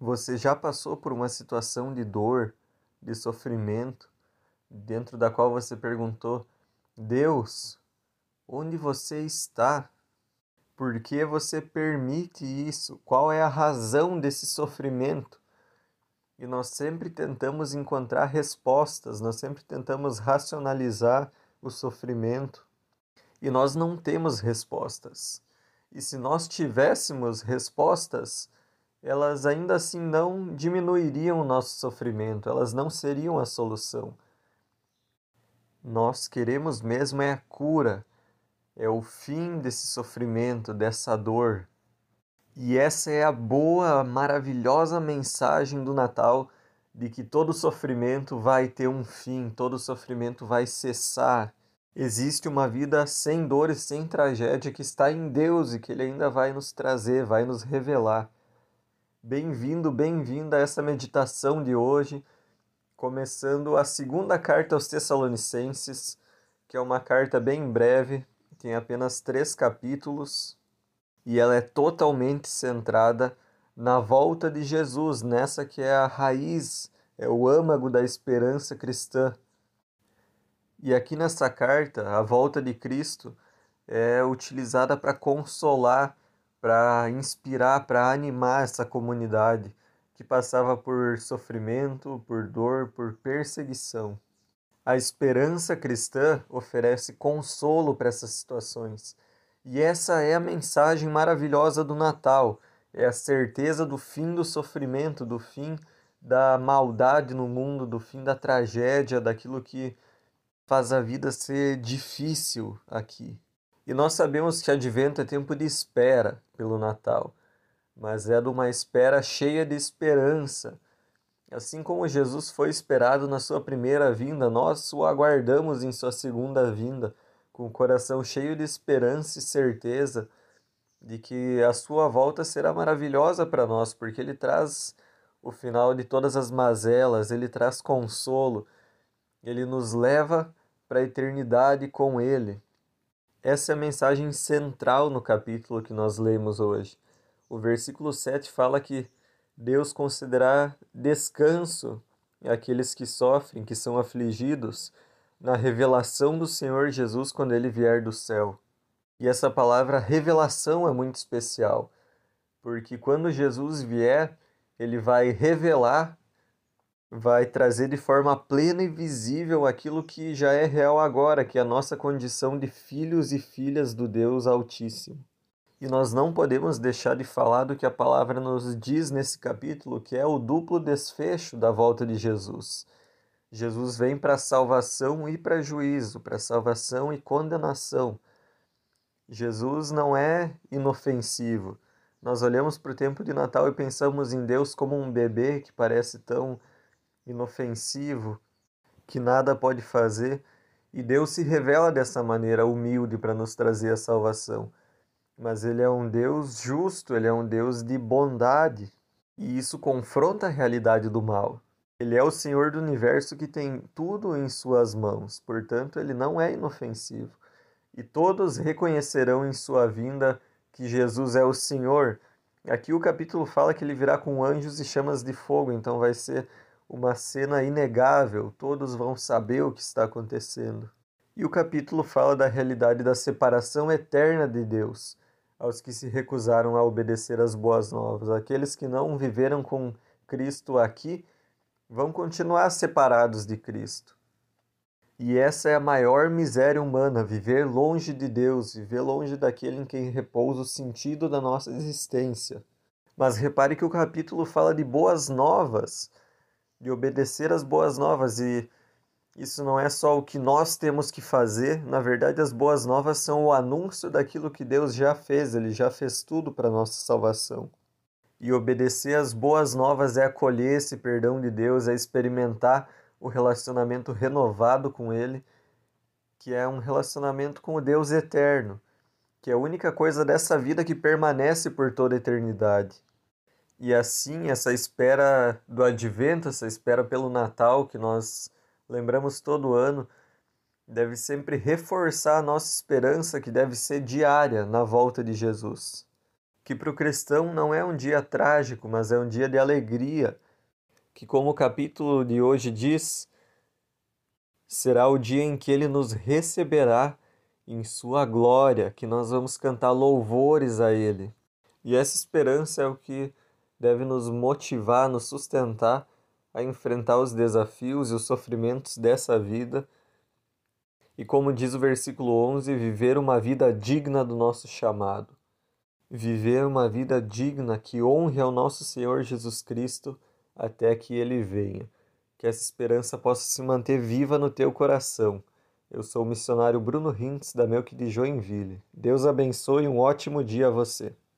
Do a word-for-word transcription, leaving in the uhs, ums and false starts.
Você já passou por uma situação de dor, de sofrimento, dentro da qual você perguntou: Deus, onde você está? Por que você permite isso? Qual é a razão desse sofrimento? E nós sempre tentamos encontrar respostas, nós sempre tentamos racionalizar o sofrimento e nós não temos respostas. E se nós tivéssemos respostas, elas ainda assim não diminuiriam o nosso sofrimento, elas não seriam a solução. Nós queremos mesmo é a cura, é o fim desse sofrimento, dessa dor. E essa é a boa, maravilhosa mensagem do Natal, de que todo sofrimento vai ter um fim, todo sofrimento vai cessar. Existe uma vida sem dor e sem tragédia que está em Deus e que Ele ainda vai nos trazer, vai nos revelar. Bem-vindo, bem-vinda a essa meditação de hoje, começando a segunda carta aos Tessalonicenses, que é uma carta bem breve, tem apenas três capítulos, e ela é totalmente centrada na volta de Jesus, nessa que é a raiz, é o âmago da esperança cristã. E aqui nessa carta, a volta de Cristo é utilizada para consolar, para inspirar, para animar essa comunidade que passava por sofrimento, por dor, por perseguição. A esperança cristã oferece consolo para essas situações. E essa é a mensagem maravilhosa do Natal, é a certeza do fim do sofrimento, do fim da maldade no mundo, do fim da tragédia, daquilo que faz a vida ser difícil aqui. E nós sabemos que Advento é tempo de espera pelo Natal, mas é de uma espera cheia de esperança. Assim como Jesus foi esperado na sua primeira vinda, nós o aguardamos em sua segunda vinda, com o coração cheio de esperança e certeza de que a sua volta será maravilhosa para nós, porque ele traz o final de todas as mazelas, ele traz consolo, ele nos leva para a eternidade com ele. Essa é a mensagem central no capítulo que nós lemos hoje. O versículo sete fala que Deus concederá descanso àqueles que sofrem, que são afligidos, na revelação do Senhor Jesus quando ele vier do céu. E essa palavra revelação é muito especial, porque quando Jesus vier, ele vai revelar, vai trazer de forma plena e visível aquilo que já é real agora, que é a nossa condição de filhos e filhas do Deus Altíssimo. E nós não podemos deixar de falar do que a palavra nos diz nesse capítulo, que é o duplo desfecho da volta de Jesus. Jesus vem para salvação e para juízo, para salvação e condenação. Jesus não é inofensivo. Nós olhamos para o tempo de Natal e pensamos em Deus como um bebê que parece tão inofensivo, que nada pode fazer, e Deus se revela dessa maneira humilde para nos trazer a salvação. Mas ele é um Deus justo, ele é um Deus de bondade, e isso confronta a realidade do mal. Ele é o Senhor do universo que tem tudo em suas mãos, portanto ele não é inofensivo. E todos reconhecerão em sua vinda que Jesus é o Senhor. Aqui o capítulo fala que ele virá com anjos e chamas de fogo, então vai ser uma cena inegável, todos vão saber o que está acontecendo. E o capítulo fala da realidade da separação eterna de Deus, aos que se recusaram a obedecer às boas novas. Aqueles que não viveram com Cristo aqui vão continuar separados de Cristo. E essa é a maior miséria humana, viver longe de Deus, viver longe daquele em quem repousa o sentido da nossa existência. Mas repare que o capítulo fala de boas novas, de obedecer às boas novas, e isso não é só o que nós temos que fazer, na verdade as boas novas são o anúncio daquilo que Deus já fez, ele já fez tudo para a nossa salvação. E obedecer às boas novas é acolher esse perdão de Deus, é experimentar o relacionamento renovado com ele, que é um relacionamento com o Deus eterno, que é a única coisa dessa vida que permanece por toda a eternidade. E assim, essa espera do Advento, essa espera pelo Natal, que nós lembramos todo ano, deve sempre reforçar a nossa esperança, que deve ser diária na volta de Jesus. que para o cristão não é um dia trágico, mas é um dia de alegria, que como o capítulo de hoje diz, será o dia em que ele nos receberá em sua glória, que nós vamos cantar louvores a ele. E essa esperança é o que deve nos motivar, nos sustentar a enfrentar os desafios e os sofrimentos dessa vida. E como diz o versículo onze, viver uma vida digna do nosso chamado. Viver uma vida digna que honre ao nosso Senhor Jesus Cristo até que Ele venha. Que essa esperança possa se manter viva no teu coração. Eu sou o missionário Bruno Hintz, da Melk de Joinville. Deus abençoe e um ótimo dia a você.